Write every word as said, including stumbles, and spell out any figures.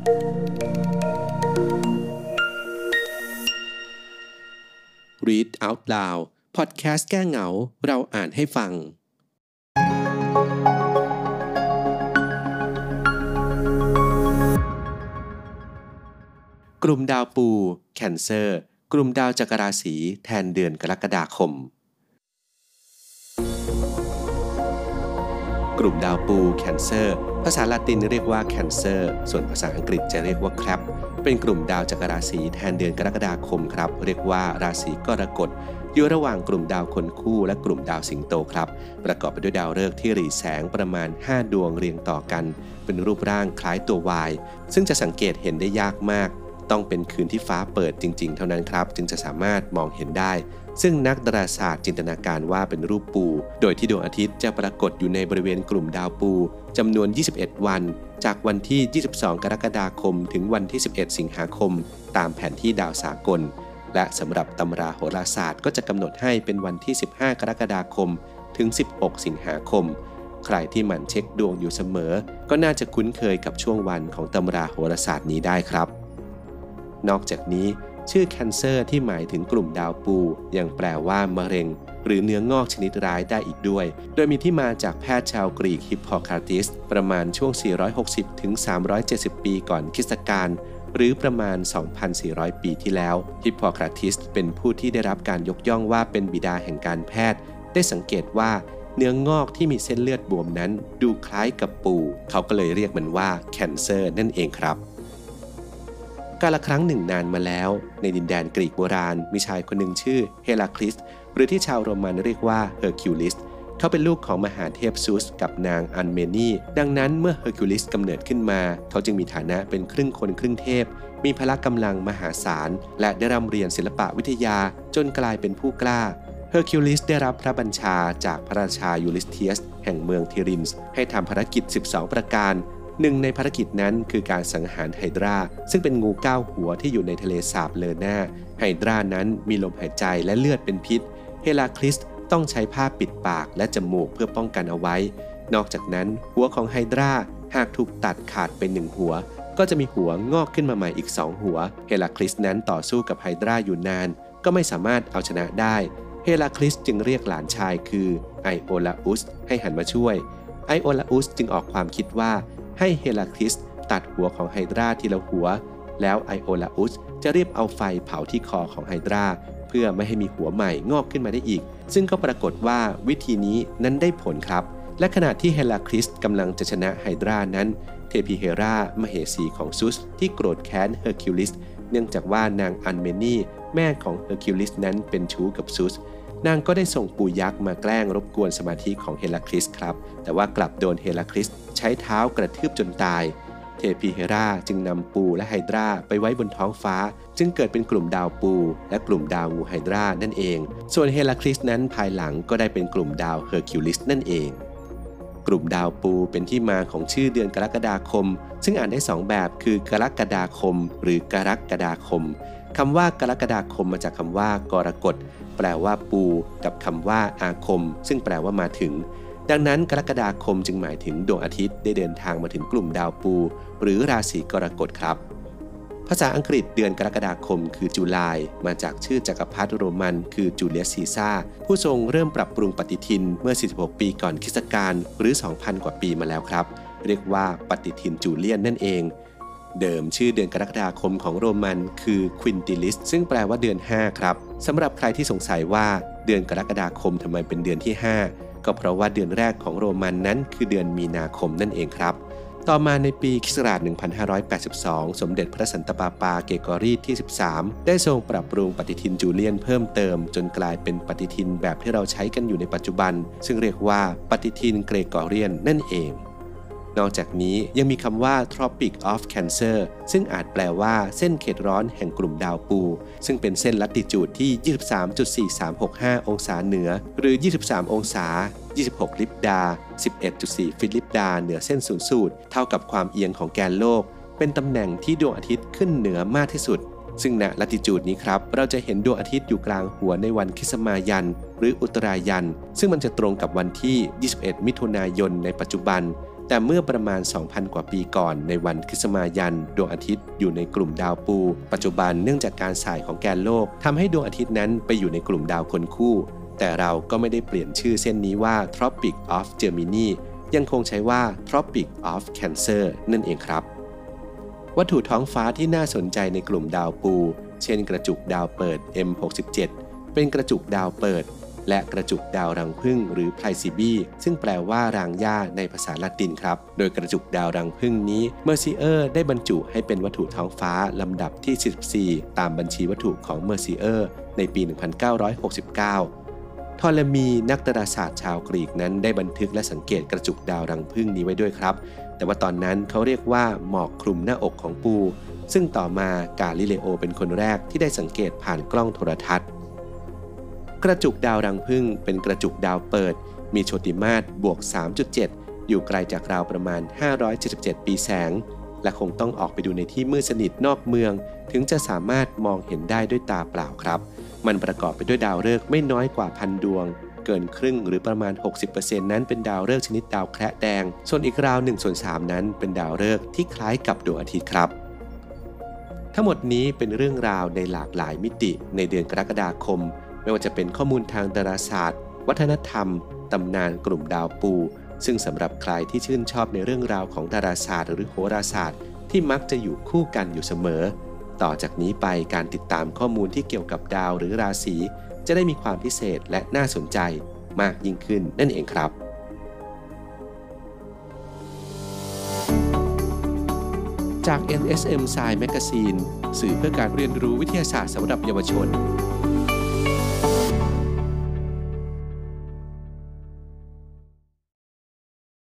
Read Out Loud พอดแคสต์แก้เหงาเราอ่านให้ฟังกลุ่มดาวปู Cancer กลุ่มดาวจักรราศีแทนเดือนกรกฎาคมกลุ่มดาวปู Cancer ภาษาละตินเรียกว่า Cancer ส่วนภาษาอังกฤษจะเรียกว่า Crab เป็นกลุ่มดาวจักรราศีแทนเดือนกรกฎาคมครับเรียกว่าราศีกรกฎอยู่ระหว่างกลุ่มดาวคนคู่และกลุ่มดาวสิงโตครับประกอบไปด้วยดาวฤกษ์ที่หรี่แสงประมาณห้าดวงเรียงต่อกันเป็นรูปร่างคล้ายตัว Y ซึ่งจะสังเกตเห็นได้ยากมากต้องเป็นคืนที่ฟ้าเปิดจริงๆเท่านั้นครับจึงจะสามารถมองเห็นได้ซึ่งนักดาราศาสตร์จินตนาการว่าเป็นรูปปูโดยที่ดวงอาทิตย์จะปรากฏอยู่ในบริเวณกลุ่มดาวปูจำนวนยี่สิบเอ็ดวันจากวันที่ยี่สิบสองกรกฎาคมถึงวันที่สิบเอ็ดสิงหาคมตามแผนที่ดาวสากลและสำหรับตำราโหราศาสตร์ก็จะกำหนดให้เป็นวันที่สิบห้ากรกฎาคมถึงสิบหกสิงหาคมใครที่หมั่นเช็คดวงอยู่เสมอก็น่าจะคุ้นเคยกับช่วงวันของตำราโหราศาสตร์นี้ได้ครับนอกจากนี้ชื่อ Cancer ที่หมายถึงกลุ่มดาวปูยังแปลว่ามะเร็งหรือเนื้องอกชนิดร้ายได้อีกด้วยโดยมีที่มาจากแพทย์ชาวกรีกฮิปโปคราติสประมาณช่วงสี่ร้อยหกสิบถึงสามร้อยเจ็ดสิบปีก่อนคริสตกาลหรือประมาณ สองพันสี่ร้อย ปีที่แล้วฮิปโปคราติสเป็นผู้ที่ได้รับการยกย่องว่าเป็นบิดาแห่งการแพทย์ได้สังเกตว่าเนื้องอกที่มีเส้นเลือดบวมนั้นดูคล้ายกับปูเขาก็เลยเรียกมันว่า Cancer นั่นเองครับกาลครั้งหนึ่งนานมาแล้วในดินแดนกรีกโบราณมีชายคนหนึ่งชื่อเฮราคลิสหรือที่ชาวโรมันเรียกว่าเฮอร์คิวลิสเขาเป็นลูกของมหาเทพซูสกับนางอันเมนีดังนั้นเมื่อเฮอร์คิวลิสกำเนิดขึ้นมาเขาจึงมีฐานะเป็นครึ่งคนครึ่งเทพมีพละกำลังมหาศาลและได้ร่ำเรียนศิลปะวิทยาจนกลายเป็นผู้กล้าเฮอร์คิวลิสได้รับพระบัญชาจากพระราชายูลิสเทียสแห่งเมืองทิรินส์ให้ทำภารกิจสิบสองประการหนึ่งในภารกิจนั้นคือการสังหารไฮดราซึ่งเป็นงูเก้าหัวที่อยู่ในทะเลสาบเลอน่าไฮดรานั้นมีลมหายใจและเลือดเป็นพิษเฮราคลิสต้องใช้ผ้าปิดปากและจมูกเพื่อป้องกันเอาไว้นอกจากนั้นหัวของไฮดราหากถูกตัดขาดไปหนึ่งหัวก็จะมีหัวงอกขึ้นมาใหม่อีกสองหัวเฮราคลิสนั้นต่อสู้กับไฮดราอยู่นานก็ไม่สามารถเอาชนะได้เฮราคลิสจึงเรียกหลานชายคือไอโอลาอุสให้หันมาช่วยไอโอลาอุสจึงออกความคิดว่าให้เฮราคลิสตัดหัวของไฮดราทีละหัวแล้วไอโอลาอุสจะรีบเอาไฟเผาที่คอของไฮดราเพื่อไม่ให้มีหัวใหม่งอกขึ้นมาได้อีกซึ่งก็ปรากฏว่าวิธีนี้นั้นได้ผลครับและขณะที่เฮราคลิสกำลังจะชนะไฮดรานั้นเทพีเฮรามเหสีของซุสที่โกรธแค้นเฮอร์คิวลิสเนื่องจากว่านางอันเมนีแม่ของเฮอร์คิวลิสนั้นเป็นชู้กับซุสนางก็ได้ส่งปูยักษ์มาแกล้งรบกวนสมาธิของเฮราคลิสครับแต่ว่ากลับโดนเฮราคลิสใช้เท้ากระทืบจนตายเทพีเฮราจึงนำปูและไฮดราไปไว้บนท้องฟ้าจึงเกิดเป็นกลุ่มดาวปูและกลุ่มดาวงูไฮดรานั่นเองส่วนเฮราคลิสนั้นภายหลังก็ได้เป็นกลุ่มดาวเฮอร์คิวลิสนั่นเองกลุ่มดาวปูเป็นที่มาของชื่อเดือนกรกฎาคมซึ่งอ่านได้สองแบบคือกรกฎาคมหรือกรกฎาคมคำว่ากรกฎาคมมาจากคำว่ากรกฎแปลว่าปูกับคำว่าอาคมซึ่งแปลว่ามาถึงดังนั้นกรกฎาคมจึงหมายถึงดวงอาทิตย์ได้เดินทางมาถึงกลุ่มดาวปูหรือราศีกรกฎครับภาษาอังกฤษเดือนกรกฎาคมคือจูลายมาจากชื่อจักรพรรดิโรมันคือจูเลียสซีซ่าผู้ทรงเริ่มปรับปรุงปฏิทินเมื่อสี่สิบหกปีก่อนคริสตกาลหรือ สองพัน กว่าปีมาแล้วครับเรียกว่าปฏิทินจูเลียนนั่นเองเดิมชื่อเดือนกรกฎาคมของโรมันคือควินติลิสซึ่งแปลว่าเดือนห้าครับสำหรับใครที่สงสัยว่าเดือนกรกฎาคมทำไมเป็นเดือนที่ห้าก็เพราะว่าเดือนแรกของโรมันนั้นคือเดือนมีนาคมนั่นเองครับต่อมาในปีค.ศ. หนึ่งพันห้าร้อยแปดสิบสองสมเด็จพระสันตะปาปาเกกอรีที่สิบสามได้ทรงปรับปรุงปฏิทินจูเลียนเพิ่มเติมจนกลายเป็นปฏิทินแบบที่เราใช้กันอยู่ในปัจจุบันซึ่งเรียกว่าปฏิทินเกรกอเรียนนั่นเองนอกจากนี้ยังมีคำว่า Tropic of Cancer ซึ่งอาจแปลว่าเส้นเขตร้อนแห่งกลุ่มดาวปูซึ่งเป็นเส้นลัติจูดที่ ยี่สิบสามจุดสี่สามหกห้า องศาเหนือหรือยี่สิบสามองศายี่สิบหกลิบดา สิบเอ็ดจุดสี่ ฟิลิปดาเหนือเส้นศูนย์สูตรเท่ากับความเอียงของแกนโลกเป็นตำแหน่งที่ดวงอาทิตย์ขึ้นเหนือมากที่สุดซึ่งณลัติจูดนี้ครับเราจะเห็นดวงอาทิตย์อยู่กลางหัวในวันคริสมายันหรืออุตรายันซึ่งมันจะตรงกับวันที่ยี่สิบเอ็ดมิถุนายนในปัจจุบันแต่เมื่อประมาณ สองพัน กว่าปีก่อนในวันคริสต์มายันดวงอาทิตย์อยู่ในกลุ่มดาวปูปัจจุบันเนื่องจากการส่ายของแกนโลกทำให้ดวงอาทิตย์นั้นไปอยู่ในกลุ่มดาวคนคู่แต่เราก็ไม่ได้เปลี่ยนชื่อเส้นนี้ว่า Tropic of Gemini ยังคงใช้ว่า Tropic of Cancer นั่นเองครับวัตถุท้องฟ้าที่น่าสนใจในกลุ่มดาวปูเช่นกระจุกดาวเปิด เอ็ม หกสิบเจ็ด เป็นกระจุกดาวเปิดและกระจุกดาวรังผึ้งหรือไพรซิบีซึ่งแปลว่ารางหญ้าในภาษาละตินครับโดยกระจุกดาวรังผึ้งนี้เมอร์ซิเออร์ได้บรรจุให้เป็นวัตถุท้องฟ้าลำดับที่สิบสี่ตามบัญชีวัตถุของเมอร์ซิเออร์ในปี หนึ่งพันเก้าร้อยหกสิบเก้า ทอเลมีนักดาราศาสตร์ชาวกรีกนั้นได้บันทึกและสังเกตกระจุกดาวรังผึ้งนี้ไว้ด้วยครับแต่ว่าตอนนั้นเขาเรียกว่าหมอกคลุมหน้าอกของปูซึ่งต่อมากาลิเลโอเป็นคนแรกที่ได้สังเกตผ่านกล้องโทรทัศน์กระจุกดาวรังผึ้งเป็นกระจุกดาวเปิดมีโชติมาตรบวก สามจุดเจ็ด อยู่ไกลจากเราประมาณห้าร้อยเจ็ดสิบเจ็ดปีแสงและคงต้องออกไปดูในที่มืดสนิทนอกเมืองถึงจะสามารถมองเห็นได้ด้วยตาเปล่าครับมันประกอบไปด้วยดาวฤกษ์ไม่น้อยกว่าพันดวงเกินครึ่งหรือประมาณ หกสิบเปอร์เซ็นต์ นั้นเป็นดาวฤกษ์ชนิดดาวแคระแดงส่วนอีกราว หนึ่งส่วนสาม นั้นเป็นดาวฤกษ์ที่คล้ายกับดวงอาทิตย์ครับทั้งหมดนี้เป็นเรื่องราวในหลากหลายมิติในเดือนกรกฎาคมไม่ว่าจะเป็นข้อมูลทางดาราศาสตร์วัฒนธรรมตำนานกลุ่มดาวปูซึ่งสำหรับใครที่ชื่นชอบในเรื่องราวของดาราศาสตร์หรือโหราศาสตร์ที่มักจะอยู่คู่กันอยู่เสมอต่อจากนี้ไปการติดตามข้อมูลที่เกี่ยวกับดาวหรือราศีจะได้มีความพิเศษและน่าสนใจมากยิ่งขึ้นนั่นเองครับจาก เอ็น เอส เอ็ม Science Magazine สื่อเพื่อการเรียนรู้วิทยาศาสตร์สำหรับเยาวชน